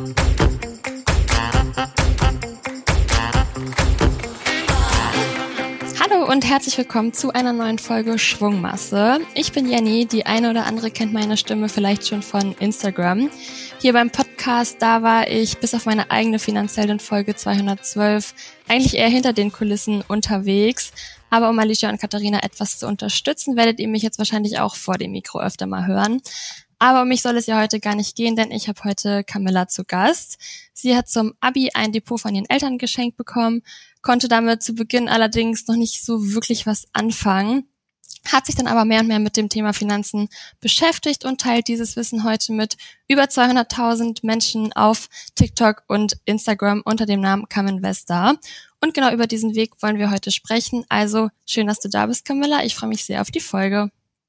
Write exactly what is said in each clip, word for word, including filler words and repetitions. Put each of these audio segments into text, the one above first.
Hallo und herzlich willkommen zu einer neuen Folge Schwungmasse. Ich bin Jenny, die eine oder andere kennt meine Stimme vielleicht schon von Instagram. Hier beim Podcast, da war ich bis auf meine eigene finanziell in Folge zweihundertzwölf eigentlich eher hinter den Kulissen unterwegs. Aber um Alicia und Katharina etwas zu unterstützen, werdet ihr mich jetzt wahrscheinlich auch vor dem Mikro öfter mal hören. Aber um mich soll es ja heute gar nicht gehen, denn ich habe heute Camilla zu Gast. Sie hat zum Abi ein Depot von ihren Eltern geschenkt bekommen, konnte damit zu Beginn allerdings noch nicht so wirklich was anfangen, hat sich dann aber mehr und mehr mit dem Thema Finanzen beschäftigt und teilt dieses Wissen heute mit über zweihunderttausend Menschen auf TikTok und Instagram unter dem Namen Caminvestor. Und genau über diesen Weg wollen wir heute sprechen. Also schön, dass du da bist, Camilla. Ich freue mich sehr auf die Folge.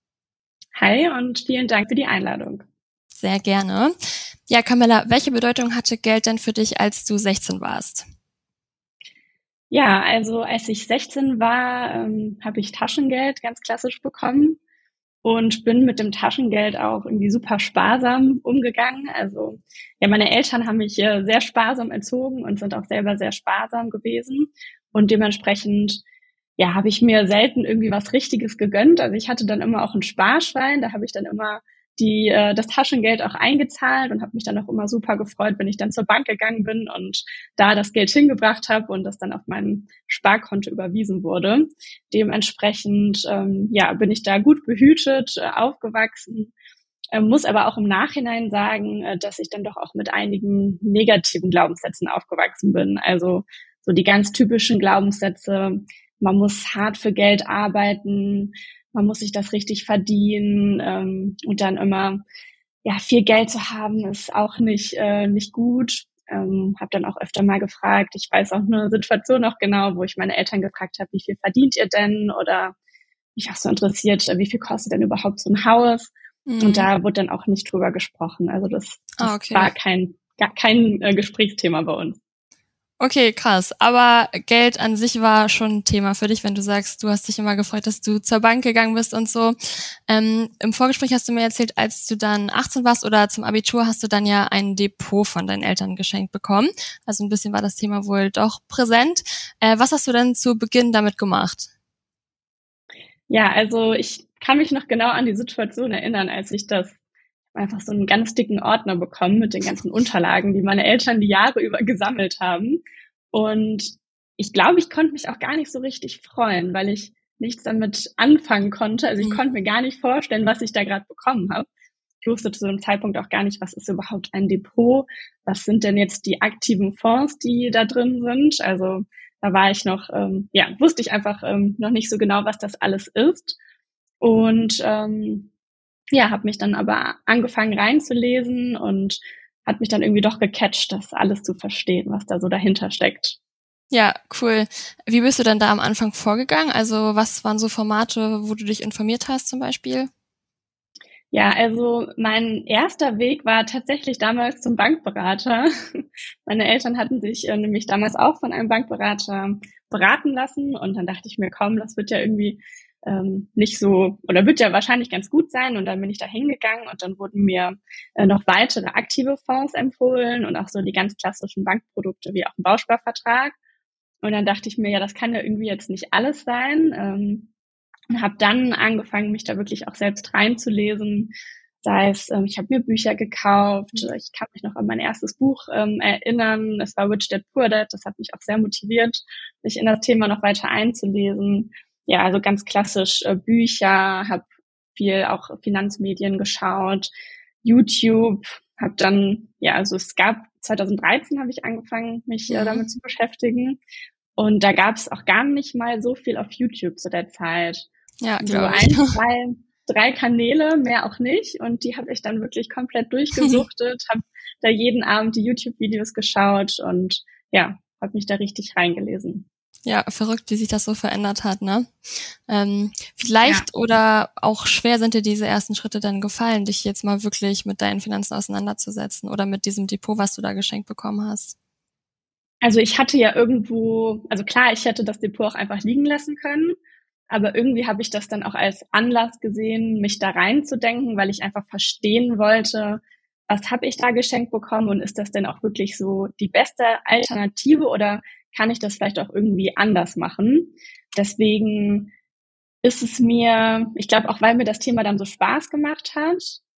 Hi und vielen Dank für die Einladung. Sehr gerne. Ja, Camilla, welche Bedeutung hatte Geld denn für dich, als du sechzehn warst? Ja, also als ich sechzehn war, ähm, habe ich Taschengeld ganz klassisch bekommen und bin mit dem Taschengeld auch irgendwie super sparsam umgegangen. Also ja, meine Eltern haben mich äh, sehr sparsam erzogen und sind auch selber sehr sparsam gewesen und dementsprechend ja, habe ich mir selten irgendwie was Richtiges gegönnt. Also ich hatte dann immer auch ein Sparschwein, da habe ich dann immer die äh, das Taschengeld auch eingezahlt und habe mich dann auch immer super gefreut, wenn ich dann zur Bank gegangen bin und da das Geld hingebracht habe und das dann auf mein Sparkonto überwiesen wurde. Dementsprechend ähm, ja, bin ich da gut behütet, äh, aufgewachsen. Äh, muss aber auch im Nachhinein sagen, äh, dass ich dann doch auch mit einigen negativen Glaubenssätzen aufgewachsen bin. Also so die ganz typischen Glaubenssätze: Man muss hart für Geld arbeiten, man muss sich das richtig verdienen, ähm, und dann immer, ja, viel Geld zu haben ist auch nicht äh, nicht gut. Ähm, habe dann auch öfter mal gefragt, ich weiß auch eine Situation noch genau, wo ich meine Eltern gefragt habe, wie viel verdient ihr denn? Oder mich auch so interessiert, wie viel kostet denn überhaupt so ein Haus? Mhm. Und da wurde dann auch nicht drüber gesprochen. Also das, das Ah, okay. war kein, gar kein äh, Gesprächsthema bei uns. Okay, krass. Aber Geld an sich war schon ein Thema für dich, wenn du sagst, du hast dich immer gefreut, dass du zur Bank gegangen bist und so. Ähm, im Vorgespräch hast du mir erzählt, als du dann achtzehn warst oder zum Abitur, hast du dann ja ein Depot von deinen Eltern geschenkt bekommen. Also ein bisschen war das Thema wohl doch präsent. Äh, was hast du denn zu Beginn damit gemacht? Ja, also ich kann mich noch genau an die Situation erinnern, als ich das einfach so einen ganz dicken Ordner bekommen mit den ganzen Unterlagen, die meine Eltern die Jahre über gesammelt haben. Und ich glaube, ich konnte mich auch gar nicht so richtig freuen, weil ich nichts damit anfangen konnte. Also ich Mhm. konnte mir gar nicht vorstellen, was ich da gerade bekommen habe. Ich wusste zu dem Zeitpunkt auch gar nicht, was ist überhaupt ein Depot? Was sind denn jetzt die aktiven Fonds, die da drin sind? Also da war ich noch, ähm, ja, wusste ich einfach ähm, noch nicht so genau, was das alles ist. Und ähm, ja, habe mich dann aber angefangen reinzulesen und hat mich dann irgendwie doch gecatcht, das alles zu verstehen, was da so dahinter steckt. Ja, cool. Wie bist du denn da am Anfang vorgegangen? Also was waren so Formate, wo du dich informiert hast zum Beispiel? Ja, also mein erster Weg war tatsächlich damals zum Bankberater. Meine Eltern hatten sich äh, nämlich damals auch von einem Bankberater beraten lassen und dann dachte ich mir, komm, das wird ja irgendwie ähm, nicht so, oder wird ja wahrscheinlich ganz gut sein, und dann bin ich da hingegangen und dann wurden mir äh, noch weitere aktive Fonds empfohlen und auch so die ganz klassischen Bankprodukte wie auch ein Bausparvertrag. Und dann dachte ich mir, ja, das kann ja irgendwie jetzt nicht alles sein. Ähm, und habe dann angefangen, mich da wirklich auch selbst reinzulesen. Sei es, ähm, ich habe mir Bücher gekauft, ich kann mich noch an mein erstes Buch ähm, erinnern, es war Rich Dad Poor Dad, das hat mich auch sehr motiviert, mich in das Thema noch weiter einzulesen. Ja, also ganz klassisch äh, Bücher, habe viel auch Finanzmedien geschaut, YouTube, habe dann, ja, also es gab, zwanzig dreizehn habe ich angefangen, mich äh, damit zu beschäftigen. Und da gab es auch gar nicht mal so viel auf YouTube zu der Zeit. Ja, so glaube ein, ich. zwei, drei Kanäle, mehr auch nicht. Und die habe ich dann wirklich komplett durchgesuchtet, habe da jeden Abend die YouTube-Videos geschaut und ja, habe mich da richtig reingelesen. Ja, verrückt, wie sich das so verändert hat, ne? Ähm, vielleicht ja. Oder auch schwer sind dir diese ersten Schritte dann gefallen, dich jetzt mal wirklich mit deinen Finanzen auseinanderzusetzen oder mit diesem Depot, was du da geschenkt bekommen hast? Also ich hatte ja irgendwo, also klar, ich hätte das Depot auch einfach liegen lassen können, aber irgendwie habe ich das dann auch als Anlass gesehen, mich da reinzudenken, weil ich einfach verstehen wollte, was habe ich da geschenkt bekommen und ist das denn auch wirklich so die beste Alternative oder kann ich das vielleicht auch irgendwie anders machen? Deswegen ist es mir, ich glaube auch, weil mir das Thema dann so Spaß gemacht hat,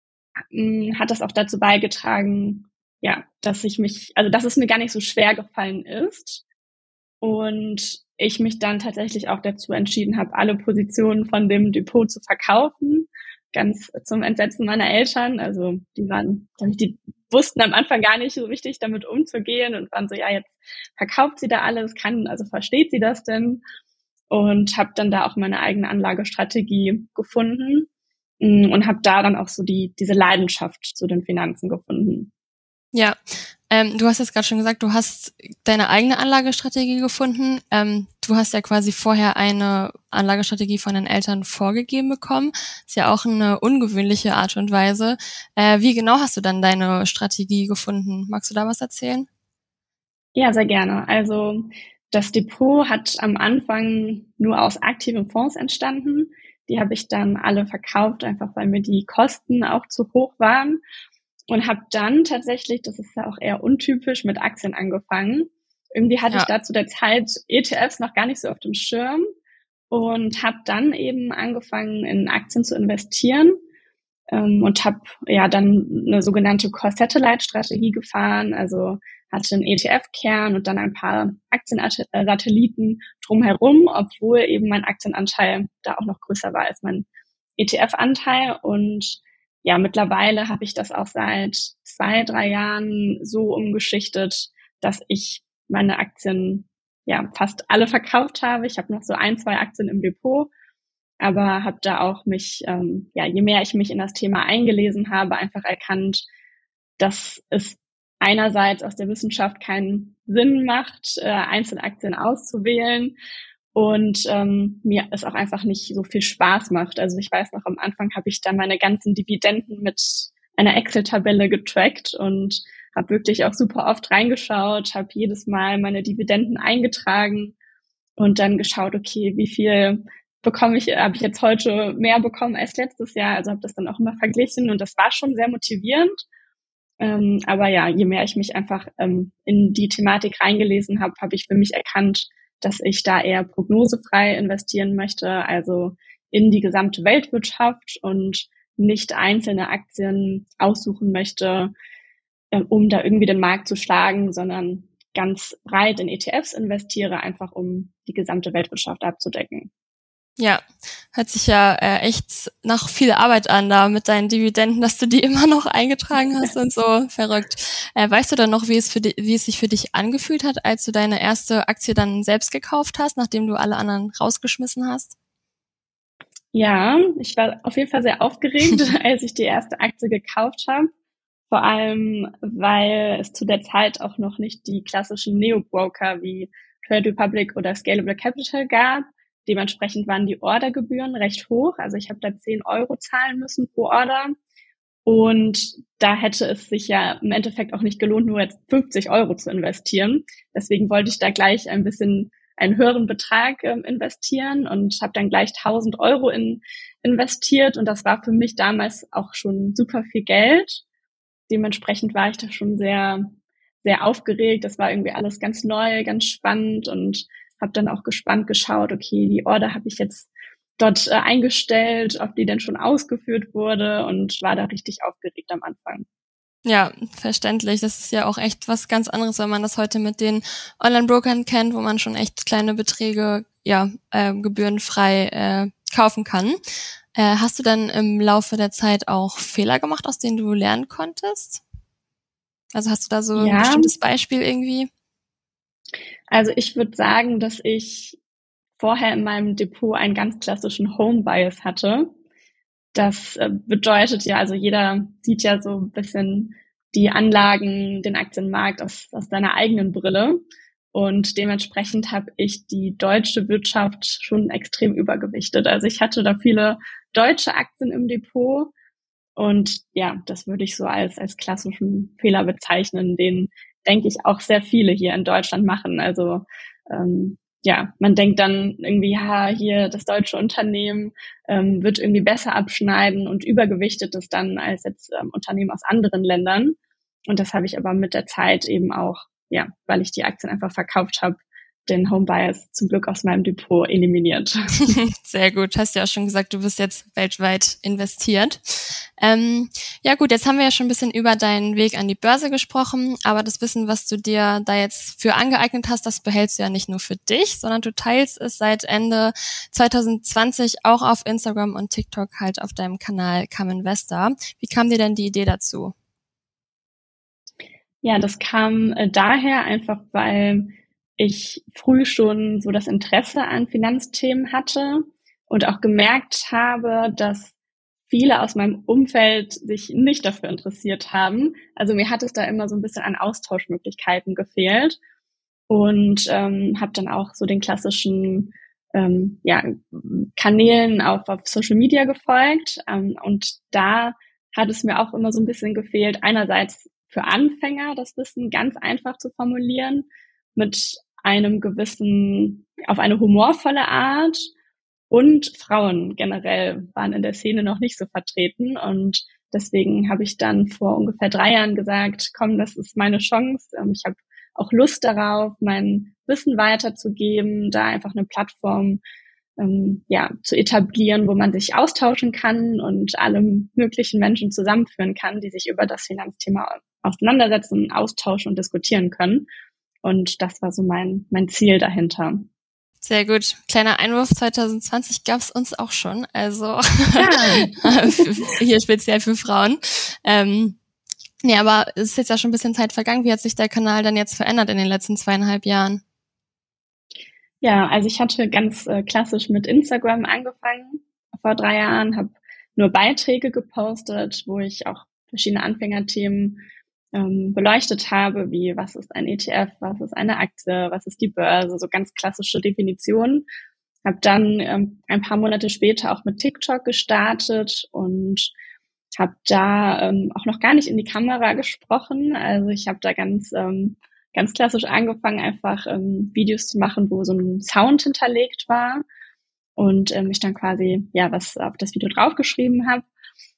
hat das auch dazu beigetragen, ja, dass ich mich, also dass es mir gar nicht so schwer gefallen ist und ich mich dann tatsächlich auch dazu entschieden habe, alle Positionen von dem Depot zu verkaufen, ganz zum Entsetzen meiner Eltern. Also die waren, die wussten am Anfang gar nicht so richtig damit umzugehen und waren so, ja, jetzt verkauft sie da alles, kann, also versteht sie das denn? Und habe dann da auch meine eigene Anlagestrategie gefunden und habe da dann auch so die diese Leidenschaft zu den Finanzen gefunden. Ja, ähm, du hast jetzt gerade schon gesagt, du hast deine eigene Anlagestrategie gefunden. Ähm, du hast ja quasi vorher eine Anlagestrategie von deinen Eltern vorgegeben bekommen. Ist ja auch eine ungewöhnliche Art und Weise. Äh, wie genau hast du dann deine Strategie gefunden? Magst du da was erzählen? Ja, sehr gerne. Also das Depot hat am Anfang nur aus aktiven Fonds entstanden. Die habe ich dann alle verkauft, einfach weil mir die Kosten auch zu hoch waren. Und habe dann tatsächlich, das ist ja auch eher untypisch, mit Aktien angefangen. Irgendwie hatte Ja. ich da zu der Zeit E T Fs noch gar nicht so auf dem Schirm und habe dann eben angefangen, in Aktien zu investieren ähm, und habe ja dann eine sogenannte Core-Satellite-Strategie gefahren, also hatte einen E T F-Kern und dann ein paar Aktiensatelliten drumherum, obwohl eben mein Aktienanteil da auch noch größer war als mein E T F-Anteil. Und ja, mittlerweile habe ich das auch seit zwei, drei Jahren so umgeschichtet, dass ich meine Aktien ja fast alle verkauft habe. Ich habe noch so ein, zwei Aktien im Depot, aber habe da auch mich, ähm, ja, je mehr ich mich in das Thema eingelesen habe, einfach erkannt, dass es einerseits aus der Wissenschaft keinen Sinn macht, äh, Einzelaktien auszuwählen und ähm, mir es auch einfach nicht so viel Spaß macht. Also ich weiß noch, am Anfang habe ich da meine ganzen Dividenden mit einer Excel-Tabelle getrackt und habe wirklich auch super oft reingeschaut, habe jedes Mal meine Dividenden eingetragen und dann geschaut, okay, wie viel bekomme ich, habe ich jetzt heute mehr bekommen als letztes Jahr. Also habe das dann auch immer verglichen und das war schon sehr motivierend. Ähm, aber ja, je mehr ich mich einfach ähm, in die Thematik reingelesen habe, habe ich für mich erkannt, dass ich da eher prognosefrei investieren möchte, also in die gesamte Weltwirtschaft und nicht einzelne Aktien aussuchen möchte, äh, um da irgendwie den Markt zu schlagen, sondern ganz breit in E T Fs investiere, einfach um die gesamte Weltwirtschaft abzudecken. Ja, hört sich ja äh, echt nach viel Arbeit an, da mit deinen Dividenden, dass du die immer noch eingetragen hast und so. Verrückt. Äh, weißt du dann noch, wie es für die, wie es sich für dich angefühlt hat, als du deine erste Aktie dann selbst gekauft hast, nachdem du alle anderen rausgeschmissen hast? Ja, ich war auf jeden Fall sehr aufgeregt, als ich die erste Aktie gekauft habe. Vor allem, weil es zu der Zeit auch noch nicht die klassischen Neo-Broker wie Trade Republic oder Scalable Capital gab. Dementsprechend waren die Ordergebühren recht hoch. Also ich habe da zehn Euro zahlen müssen pro Order. Und da hätte es sich ja im Endeffekt auch nicht gelohnt, nur jetzt fünfzig Euro zu investieren. Deswegen wollte ich da gleich ein bisschen einen höheren Betrag ähm, investieren und habe dann gleich tausend Euro in, investiert. Und das war für mich damals auch schon super viel Geld. Dementsprechend war ich da schon sehr, sehr aufgeregt. Das war irgendwie alles ganz neu, ganz spannend und habe dann auch gespannt geschaut, okay, die Order habe ich jetzt dort äh, eingestellt, ob die denn schon ausgeführt wurde und war da richtig aufgeregt am Anfang. Ja, verständlich. Das ist ja auch echt was ganz anderes, wenn man das heute mit den Online-Brokern kennt, wo man schon echt kleine Beträge, ja, äh, gebührenfrei äh, kaufen kann. Äh, hast du dann im Laufe der Zeit auch Fehler gemacht, aus denen du lernen konntest? Also hast du da so ein Ja, bestimmtes Beispiel irgendwie? also ich würde sagen, dass ich vorher in meinem Depot einen ganz klassischen Home Bias hatte. Das äh, bedeutet ja, also jeder sieht ja so ein bisschen die Anlagen, den Aktienmarkt aus, aus seiner eigenen Brille. Und dementsprechend habe ich die deutsche Wirtschaft schon extrem übergewichtet. Also ich hatte da viele deutsche Aktien im Depot. Und ja, das würde ich so als, als klassischen Fehler bezeichnen, den, denke ich, auch sehr viele hier in Deutschland machen. Also ähm, ja, man denkt dann irgendwie, ja, hier das deutsche Unternehmen ähm, wird irgendwie besser abschneiden und übergewichtet es dann als jetzt ähm, Unternehmen aus anderen Ländern. Und das habe ich aber mit der Zeit eben auch, ja, weil ich die Aktien einfach verkauft habe, den Home Bias zum Glück aus meinem Depot eliminiert. Sehr gut. Hast ja auch schon gesagt, du bist jetzt weltweit investiert. Ähm, ja gut, jetzt haben wir ja schon ein bisschen über deinen Weg an die Börse gesprochen, aber das Wissen, was du dir da jetzt für angeeignet hast, das behältst du ja nicht nur für dich, sondern du teilst es seit Ende zwanzig zwanzig auch auf Instagram und TikTok halt auf deinem Kanal Come Investor. Wie kam dir denn die Idee dazu? Ja, das kam äh, daher einfach, weil ich früh schon so das Interesse an Finanzthemen hatte und auch gemerkt habe, dass viele aus meinem Umfeld sich nicht dafür interessiert haben. Also mir hat es da immer so ein bisschen an Austauschmöglichkeiten gefehlt und ähm, habe dann auch so den klassischen ähm, ja, Kanälen auf, auf Social Media gefolgt ähm, und da hat es mir auch immer so ein bisschen gefehlt, einerseits für Anfänger das Wissen ganz einfach zu formulieren, mit einem gewissen, auf eine humorvolle Art. Und Frauen generell waren in der Szene noch nicht so vertreten. Und deswegen habe ich dann vor ungefähr drei Jahren gesagt, komm, das ist meine Chance. Ich habe auch Lust darauf, mein Wissen weiterzugeben, da einfach eine Plattform ähm, ja, zu etablieren, wo man sich austauschen kann und alle möglichen Menschen zusammenführen kann, die sich über das Finanzthema auseinandersetzen, austauschen und diskutieren können. Und das war so mein, mein Ziel dahinter. Sehr gut. Kleiner Einwurf, zwanzig zwanzig gab es uns auch schon, also Ja. hier speziell für Frauen. Ähm, nee, aber es ist jetzt ja schon ein bisschen Zeit vergangen. Wie hat sich der Kanal dann jetzt verändert in den letzten zweieinhalb Jahren? Ja, also ich hatte ganz äh, klassisch mit Instagram angefangen vor drei Jahren, habe nur Beiträge gepostet, wo ich auch verschiedene Anfängerthemen ähm, beleuchtet habe, wie was ist ein E T F, was ist eine Aktie, was ist die Börse, so ganz klassische Definitionen. Habe dann ähm, ein paar Monate später auch mit TikTok gestartet und habe da ähm, auch noch gar nicht in die Kamera gesprochen. Also ich habe da ganz ähm, ganz klassisch angefangen, einfach ähm, Videos zu machen, wo so ein Sound hinterlegt war und ähm, ich dann quasi ja was auf das Video draufgeschrieben habe.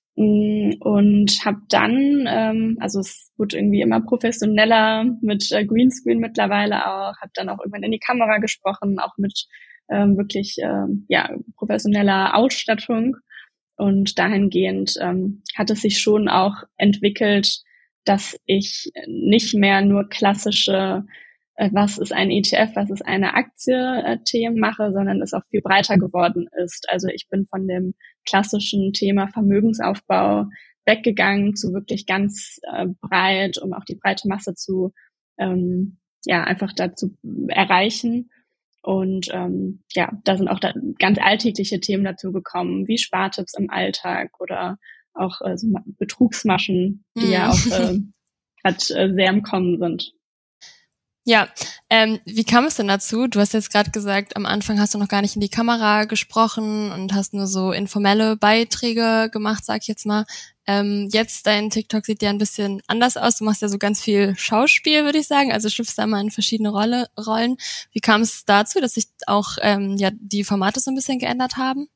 Und habe dann, ähm, also es wurde irgendwie immer professioneller mit äh, Greenscreen mittlerweile auch, habe dann auch irgendwann in die Kamera gesprochen, auch mit ähm, wirklich ähm, ja professioneller Ausstattung. Und dahingehend ähm, hat es sich schon auch entwickelt, dass ich nicht mehr nur klassische, äh, was ist ein E T F, was ist eine Aktie, äh, Themen mache, sondern es auch viel breiter geworden ist. Also ich bin von dem klassischen Thema Vermögensaufbau weggegangen zu wirklich ganz äh, breit, um auch die breite Masse zu, ähm, ja, einfach dazu erreichen. Und ähm, ja, da sind auch da ganz alltägliche Themen dazu gekommen, wie Spartipps im Alltag oder auch äh, so Betrugsmaschen, die mhm. ja auch äh, gerade äh, sehr im Kommen sind. Ja, ähm, wie kam es denn dazu? Du hast jetzt gerade gesagt, am Anfang hast du noch gar nicht in die Kamera gesprochen und hast nur so informelle Beiträge gemacht, sag ich jetzt mal. Ähm, jetzt, dein TikTok sieht ja ein bisschen anders aus. Du machst ja so ganz viel Schauspiel, würde ich sagen. Also schlüpfst da mal in verschiedene Rolle, Rollen. Wie kam es dazu, dass sich auch ähm, ja die Formate so ein bisschen geändert haben?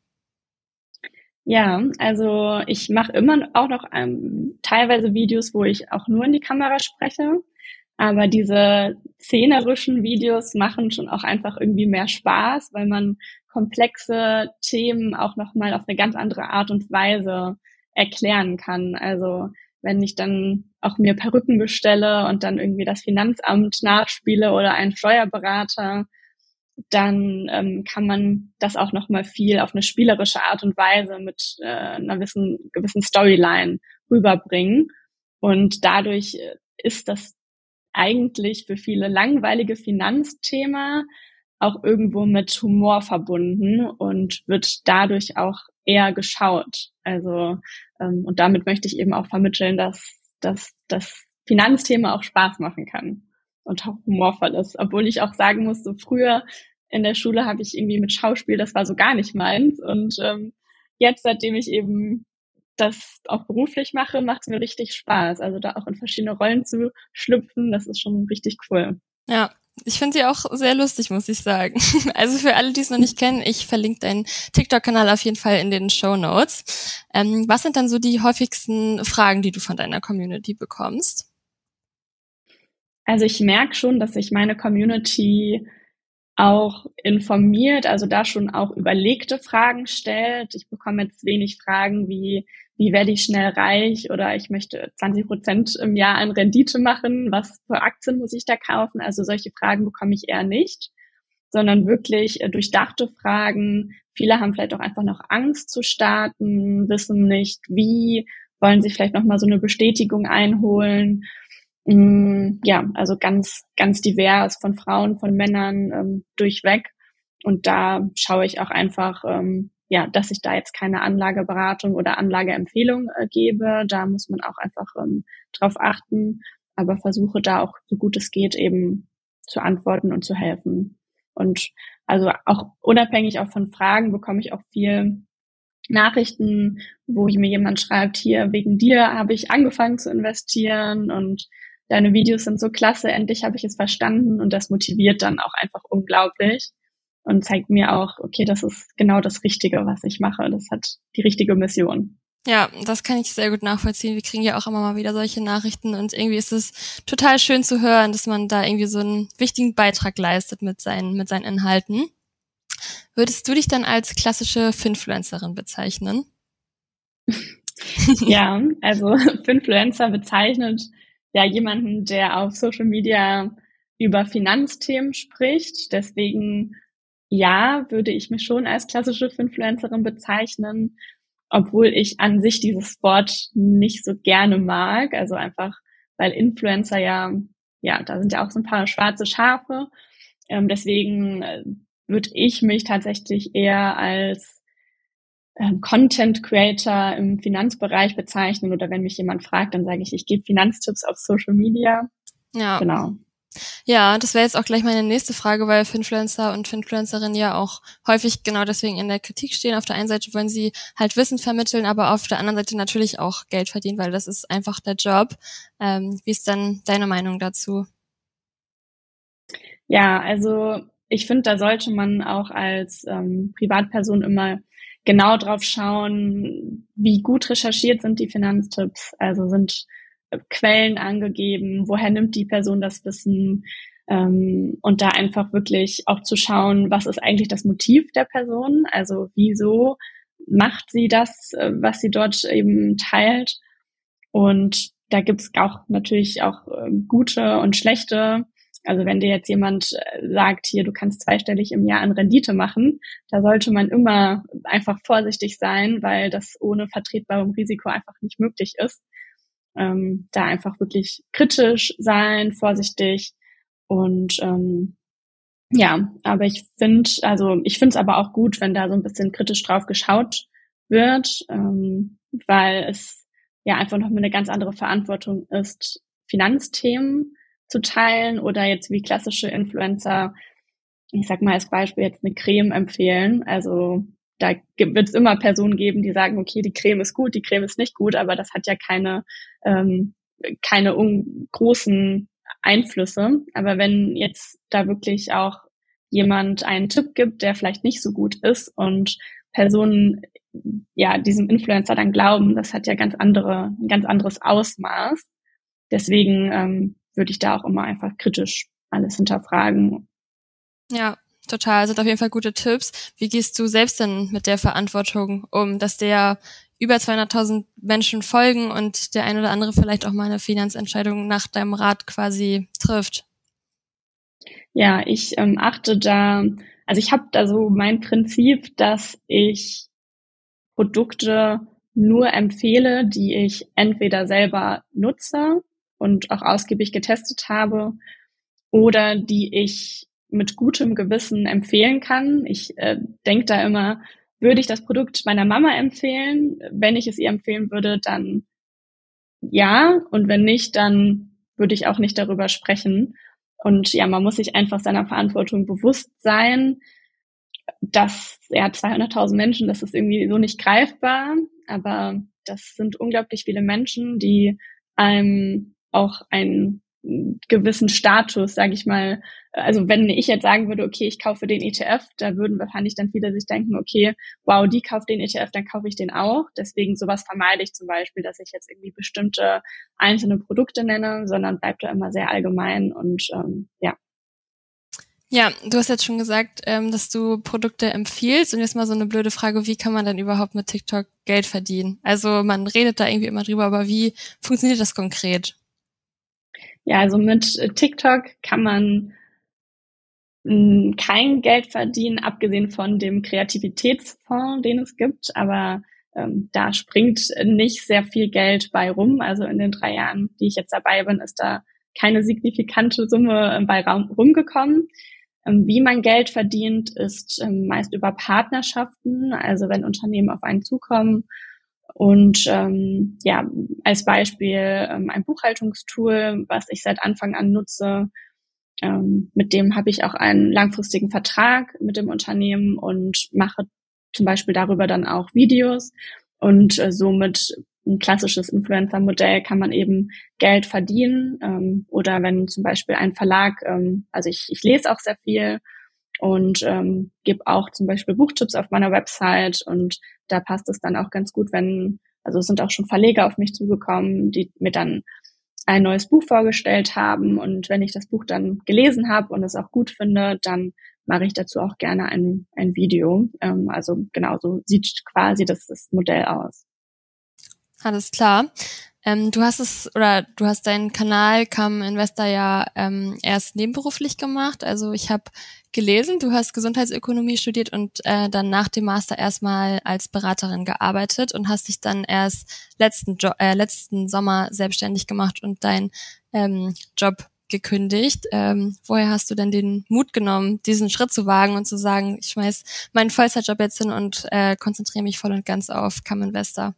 Ja, also ich mache immer auch noch ähm, teilweise Videos, wo ich auch nur in die Kamera spreche. Aber diese szenerischen Videos machen schon auch einfach irgendwie mehr Spaß, weil man komplexe Themen auch nochmal auf eine ganz andere Art und Weise erklären kann. Also wenn ich dann auch mir Perücken bestelle und dann irgendwie das Finanzamt nachspiele oder einen Steuerberater, dann ähm, kann man das auch nochmal viel auf eine spielerische Art und Weise mit äh, einer gewissen, gewissen Storyline rüberbringen. Und dadurch ist das eigentlich für viele langweilige Finanzthema auch irgendwo mit Humor verbunden und wird dadurch auch eher geschaut. Also ähm, und damit möchte ich eben auch vermitteln, dass, dass das Finanzthema auch Spaß machen kann und auch humorvoll ist. Obwohl ich auch sagen muss, so früher in der Schule habe ich irgendwie mit Schauspiel, das war so gar nicht meins. Und ähm, jetzt, seitdem ich eben das auch beruflich mache, macht es mir richtig Spaß. Also da auch in verschiedene Rollen zu schlüpfen, das ist schon richtig cool. Ja, ich finde sie auch sehr lustig, muss ich sagen. Also für alle, die es noch nicht kennen, ich verlinke deinen TikTok-Kanal auf jeden Fall in den Shownotes. Ähm, was sind dann so die häufigsten Fragen, die du von deiner Community bekommst? Also ich merke schon, dass sich meine Community auch informiert, also da schon auch überlegte Fragen stellt. Ich bekomme jetzt wenig Fragen wie, wie werde ich schnell reich oder ich möchte zwanzig Prozent im Jahr an Rendite machen, was für Aktien muss ich da kaufen? Also solche Fragen bekomme ich eher nicht, sondern wirklich äh, durchdachte Fragen. Viele haben vielleicht auch einfach noch Angst zu starten, wissen nicht wie, wollen sich vielleicht noch mal so eine Bestätigung einholen. Ja, also ganz, ganz divers von Frauen, von Männern ähm, durchweg. Und da schaue ich auch einfach, ähm, ja, dass ich da jetzt keine Anlageberatung oder Anlageempfehlung äh, gebe. Da muss man auch einfach ähm, drauf achten, aber versuche da auch, so gut es geht, eben zu antworten und zu helfen. Und also auch unabhängig auch von Fragen bekomme ich auch viel Nachrichten, wo mir jemand schreibt, hier, wegen dir habe ich angefangen zu investieren und deine Videos sind so klasse, endlich habe ich es verstanden, und das motiviert dann auch einfach unglaublich und zeigt mir auch, okay, das ist genau das Richtige, was ich mache. Das hat die richtige Mission. Ja, das kann ich sehr gut nachvollziehen. Wir kriegen ja auch immer mal wieder solche Nachrichten und irgendwie ist es total schön zu hören, dass man da irgendwie so einen wichtigen Beitrag leistet mit seinen, mit seinen Inhalten. Würdest du dich dann als klassische Finfluencerin bezeichnen? Ja, also Finfluencer bezeichnet ja jemanden, der auf Social Media über Finanzthemen spricht. Deswegen, ja, würde ich mich schon als klassische Finfluencerin bezeichnen, obwohl ich an sich dieses Wort nicht so gerne mag. Also einfach, weil Influencer ja, ja, da sind ja auch so ein paar schwarze Schafe. Ähm, deswegen äh, würde ich mich tatsächlich eher als ähm, Content Creator im Finanzbereich bezeichnen, oder wenn mich jemand fragt, dann sage ich, ich gebe Finanztipps auf Social Media. Ja. Genau. Ja, das wäre jetzt auch gleich meine nächste Frage, weil Finfluencer und Finfluencerinnen ja auch häufig genau deswegen in der Kritik stehen. Auf der einen Seite wollen sie halt Wissen vermitteln, aber auf der anderen Seite natürlich auch Geld verdienen, weil das ist einfach der Job. Ähm, wie ist dann deine Meinung dazu? Ja, also ich finde, da sollte man auch als ähm, Privatperson immer genau drauf schauen, wie gut recherchiert sind die Finanztipps. Also sind äh, Quellen angegeben, woher nimmt die Person das Wissen, ähm, und da einfach wirklich auch zu schauen, was ist eigentlich das Motiv der Person, also wieso macht sie das, äh, was sie dort eben teilt. Und da gibt's auch natürlich auch äh, gute und schlechte. Also wenn dir jetzt jemand äh, sagt, hier, du kannst zweistellig im Jahr an Rendite machen, da sollte man immer einfach vorsichtig sein, weil das ohne vertretbarem Risiko einfach nicht möglich ist. Ähm, da einfach wirklich kritisch sein, vorsichtig und ähm, ja, aber ich finde, also ich finde es aber auch gut, wenn da so ein bisschen kritisch drauf geschaut wird, ähm, weil es ja einfach noch mal eine ganz andere Verantwortung ist, Finanzthemen zu teilen oder jetzt wie klassische Influencer, ich sag mal als Beispiel jetzt eine Creme empfehlen. Also da wird es immer Personen geben, die sagen, okay, die Creme ist gut, die Creme ist nicht gut, aber das hat ja keine ähm, keine un- großen Einflüsse. Aber wenn jetzt da wirklich auch jemand einen Tipp gibt, der vielleicht nicht so gut ist und Personen ja diesem Influencer dann glauben, das hat ja ganz andere, ein ganz anderes Ausmaß. Deswegen ähm, würde ich da auch immer einfach kritisch alles hinterfragen. Ja, total. Sind auf jeden Fall gute Tipps. Wie gehst du selbst denn mit der Verantwortung um, dass der über zweihunderttausend Menschen folgen und der ein oder andere vielleicht auch mal eine Finanzentscheidung nach deinem Rat quasi trifft? Ja, ich ähm, achte da, also ich habe da so mein Prinzip, dass ich Produkte nur empfehle, die ich entweder selber nutze und auch ausgiebig getestet habe oder die ich mit gutem Gewissen empfehlen kann. Ich äh, denke da immer, würde ich das Produkt meiner Mama empfehlen? Wenn ich es ihr empfehlen würde, dann ja. Und wenn nicht, dann würde ich auch nicht darüber sprechen. Und ja, man muss sich einfach seiner Verantwortung bewusst sein, dass ja zweihunderttausend Menschen, das ist irgendwie so nicht greifbar, aber das sind unglaublich viele Menschen, die einem auch einen gewissen Status, sage ich mal, also wenn ich jetzt sagen würde, okay, ich kaufe den E T F, da würden wahrscheinlich dann viele sich denken, okay, wow, die kauft den E T F, dann kaufe ich den auch. Deswegen sowas vermeide ich zum Beispiel, dass ich jetzt irgendwie bestimmte einzelne Produkte nenne, sondern bleibt da immer sehr allgemein und ähm, ja. Ja, du hast jetzt schon gesagt, ähm, dass du Produkte empfiehlst und jetzt mal so eine blöde Frage, wie kann man denn überhaupt mit TikTok Geld verdienen? Also man redet da irgendwie immer drüber, aber wie funktioniert das konkret? Ja, also mit TikTok kann man mh, kein Geld verdienen, abgesehen von dem Kreativitätsfonds, den es gibt, aber ähm, da springt nicht sehr viel Geld bei rum. Also in den drei Jahren, die ich jetzt dabei bin, ist da keine signifikante Summe bei Raum rumgekommen. Ähm, wie man Geld verdient, ist ähm, meist über Partnerschaften, also wenn Unternehmen auf einen zukommen. Und ähm, ja, als Beispiel ähm, ein Buchhaltungstool, was ich seit Anfang an nutze. Ähm, mit dem habe ich auch einen langfristigen Vertrag mit dem Unternehmen und mache zum Beispiel darüber dann auch Videos. Und äh, somit ein klassisches Influencer-Modell kann man eben Geld verdienen. Ähm, oder wenn zum Beispiel ein Verlag, ähm, also ich, ich lese auch sehr viel und ähm, gebe auch zum Beispiel Buchtipps auf meiner Website und da passt es dann auch ganz gut, wenn, also es sind auch schon Verleger auf mich zugekommen, die mir dann ein neues Buch vorgestellt haben und wenn ich das Buch dann gelesen habe und es auch gut finde, dann mache ich dazu auch gerne ein, ein Video. Ähm, also genau so sieht quasi das, das Modell aus. Alles klar. Ähm, du hast es oder du hast deinen Kanal Come Investor ja ähm, erst nebenberuflich gemacht. Also ich habe gelesen, du hast Gesundheitsökonomie studiert und äh, dann nach dem Master erstmal als Beraterin gearbeitet und hast dich dann erst letzten jo- äh, letzten Sommer selbstständig gemacht und deinen ähm, Job gekündigt. Ähm, woher hast du denn den Mut genommen, diesen Schritt zu wagen und zu sagen, ich schmeiß meinen Vollzeitjob jetzt hin und äh, konzentriere mich voll und ganz auf Come Investor?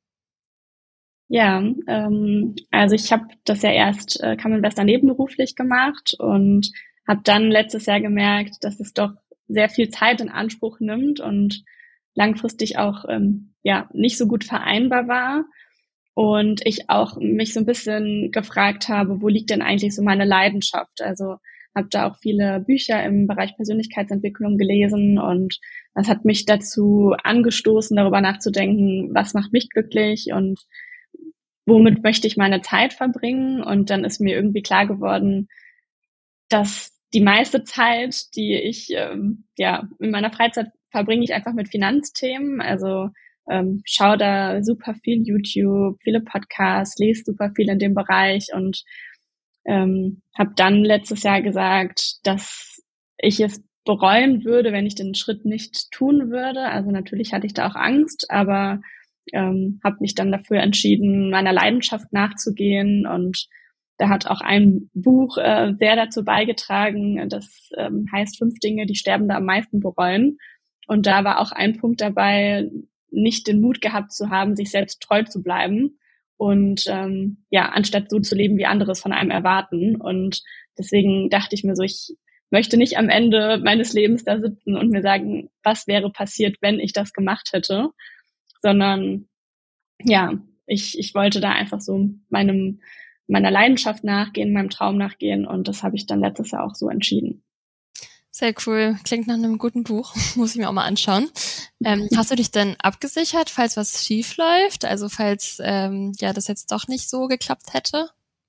Ja, ähm, also ich habe das ja erst äh, Come Investor nebenberuflich gemacht und habe dann letztes Jahr gemerkt, dass es doch sehr viel Zeit in Anspruch nimmt und langfristig auch ähm, ja nicht so gut vereinbar war. Und ich auch mich so ein bisschen gefragt habe, wo liegt denn eigentlich so meine Leidenschaft? Also habe da auch viele Bücher im Bereich Persönlichkeitsentwicklung gelesen und das hat mich dazu angestoßen, darüber nachzudenken, was macht mich glücklich und womit möchte ich meine Zeit verbringen? Und dann ist mir irgendwie klar geworden, dass die meiste Zeit, die ich ähm, ja in meiner Freizeit verbringe, ich einfach mit Finanzthemen. Also ähm, schaue da super viel YouTube, viele Podcasts, lese super viel in dem Bereich und ähm, habe dann letztes Jahr gesagt, dass ich es bereuen würde, wenn ich den Schritt nicht tun würde. Also natürlich hatte ich da auch Angst, aber ähm, habe mich dann dafür entschieden, meiner Leidenschaft nachzugehen und da hat auch ein Buch äh, sehr dazu beigetragen, das ähm, heißt Fünf Dinge, die Sterbende am meisten bereuen. Und da war auch ein Punkt dabei, nicht den Mut gehabt zu haben, sich selbst treu zu bleiben und ähm, ja, anstatt so zu leben, wie andere es von einem erwarten. Und deswegen dachte ich mir so, ich möchte nicht am Ende meines Lebens da sitzen und mir sagen, was wäre passiert, wenn ich das gemacht hätte, sondern ja, ich, ich wollte da einfach so meinem, meiner Leidenschaft nachgehen, meinem Traum nachgehen und das habe ich dann letztes Jahr auch so entschieden. Sehr cool. Klingt nach einem guten Buch. Muss ich mir auch mal anschauen. Ähm, hast du dich denn abgesichert, falls was schief läuft? Also falls ähm, ja das jetzt doch nicht so geklappt hätte?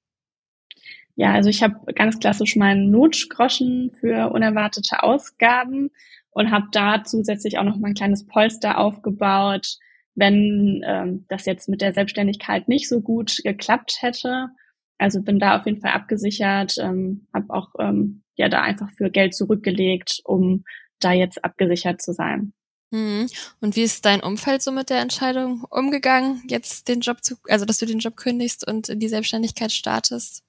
Ja, also ich habe ganz klassisch meinen Notgroschen für unerwartete Ausgaben und habe da zusätzlich auch noch mal ein kleines Polster aufgebaut, wenn ähm, das jetzt mit der Selbstständigkeit nicht so gut geklappt hätte. Also bin da auf jeden Fall abgesichert, ähm, habe auch ähm, ja da einfach für Geld zurückgelegt, um da jetzt abgesichert zu sein. Mhm. Und wie ist dein Umfeld so mit der Entscheidung umgegangen, jetzt den Job zu, also dass du den Job kündigst und in die Selbstständigkeit startest?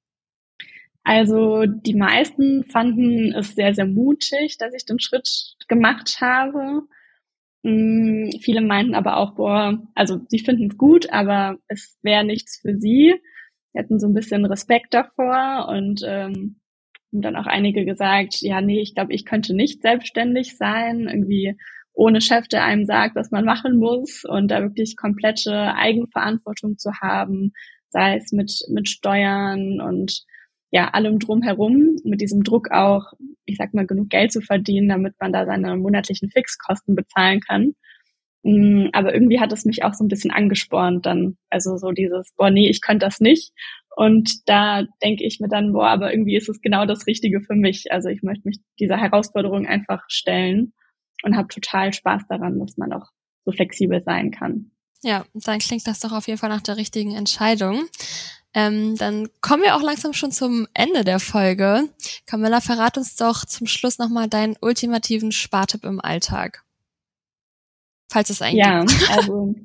Also die meisten fanden es sehr, sehr mutig, dass ich den Schritt gemacht habe. Mm, viele meinten aber auch, boah, also sie finden es gut, aber es wäre nichts für sie. Sie hatten so ein bisschen Respekt davor und ähm, haben dann auch einige gesagt, ja, nee, ich glaube, ich könnte nicht selbstständig sein, irgendwie ohne Chef, der einem sagt, was man machen muss und da wirklich komplette Eigenverantwortung zu haben, sei es mit mit Steuern und ja, allem drumherum, mit diesem Druck auch, ich sag mal, genug Geld zu verdienen, damit man da seine monatlichen Fixkosten bezahlen kann. Aber irgendwie hat es mich auch so ein bisschen angespornt dann. Also so dieses, boah, nee, ich könnte das nicht. Und da denke ich mir dann, boah, aber irgendwie ist es genau das Richtige für mich. Also ich möchte mich dieser Herausforderung einfach stellen und habe total Spaß daran, dass man auch so flexibel sein kann. Ja, dann klingt das doch auf jeden Fall nach der richtigen Entscheidung. Ähm, dann kommen wir auch langsam schon zum Ende der Folge. Camilla, verrat uns doch zum Schluss nochmal deinen ultimativen Spartipp im Alltag. Falls es einen ja, gibt. Ja, also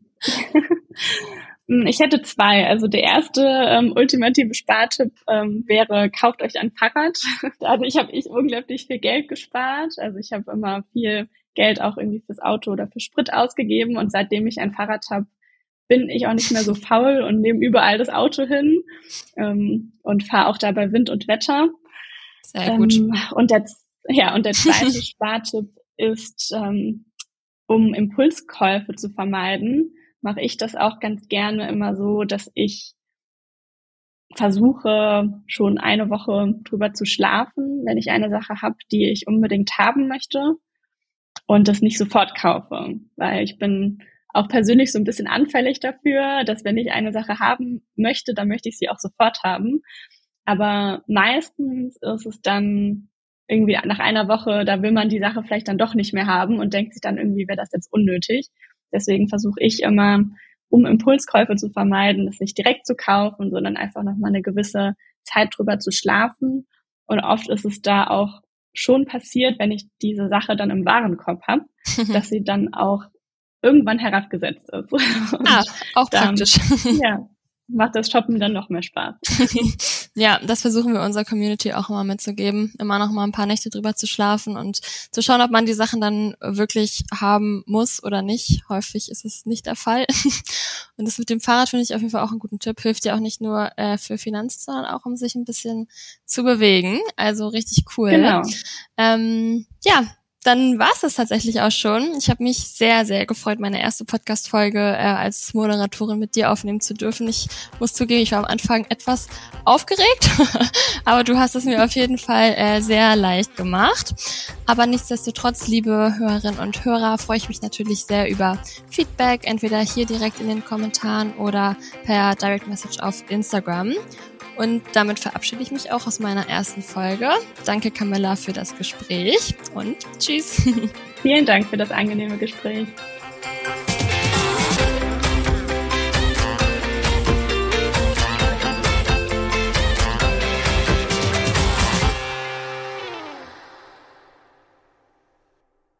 ich hätte zwei. Also der erste ähm, ultimative Spartipp ähm, wäre, kauft euch ein Fahrrad. Dadurch habe ich unglaublich viel Geld gespart. Also ich habe immer viel Geld auch irgendwie fürs Auto oder für Sprit ausgegeben. Und seitdem ich ein Fahrrad habe, bin ich auch nicht mehr so faul und nehme überall das Auto hin ähm, und fahre auch da bei Wind und Wetter. Sehr gut. Ähm, und der, ja, und der zweite Spartipp ist, ähm, um Impulskäufe zu vermeiden, mache ich das auch ganz gerne immer so, dass ich versuche, schon eine Woche drüber zu schlafen, wenn ich eine Sache habe, die ich unbedingt haben möchte und das nicht sofort kaufe. Weil ich bin auch persönlich so ein bisschen anfällig dafür, dass wenn ich eine Sache haben möchte, dann möchte ich sie auch sofort haben. Aber meistens ist es dann irgendwie nach einer Woche, da will man die Sache vielleicht dann doch nicht mehr haben und denkt sich dann irgendwie, wäre das jetzt unnötig. Deswegen versuche ich immer, um Impulskäufe zu vermeiden, das nicht direkt zu kaufen, sondern einfach nochmal eine gewisse Zeit drüber zu schlafen. Und oft ist es da auch schon passiert, wenn ich diese Sache dann im Warenkorb habe, dass sie dann auch irgendwann herabgesetzt ist. Und ah, auch dann, praktisch. Ja, macht das Shoppen dann noch mehr Spaß. Ja, das versuchen wir unserer Community auch immer mitzugeben, immer noch mal ein paar Nächte drüber zu schlafen und zu schauen, ob man die Sachen dann wirklich haben muss oder nicht. Häufig ist es nicht der Fall. Und das mit dem Fahrrad finde ich auf jeden Fall auch einen guten Tipp. Hilft ja auch nicht nur äh, für Finanzen, sondern auch, um sich ein bisschen zu bewegen. Also richtig cool. Genau. Ähm, ja, dann war es das tatsächlich auch schon. Ich habe mich sehr, sehr gefreut, meine erste Podcast-Folge äh, als Moderatorin mit dir aufnehmen zu dürfen. Ich muss zugeben, ich war am Anfang etwas aufgeregt, aber du hast es mir auf jeden Fall äh, sehr leicht gemacht. Aber nichtsdestotrotz, liebe Hörerinnen und Hörer, freue ich mich natürlich sehr über Feedback, entweder hier direkt in den Kommentaren oder per Direct Message auf Instagram. Und damit verabschiede ich mich auch aus meiner ersten Folge. Danke, Camilla, für das Gespräch und tschüss. Vielen Dank für das angenehme Gespräch.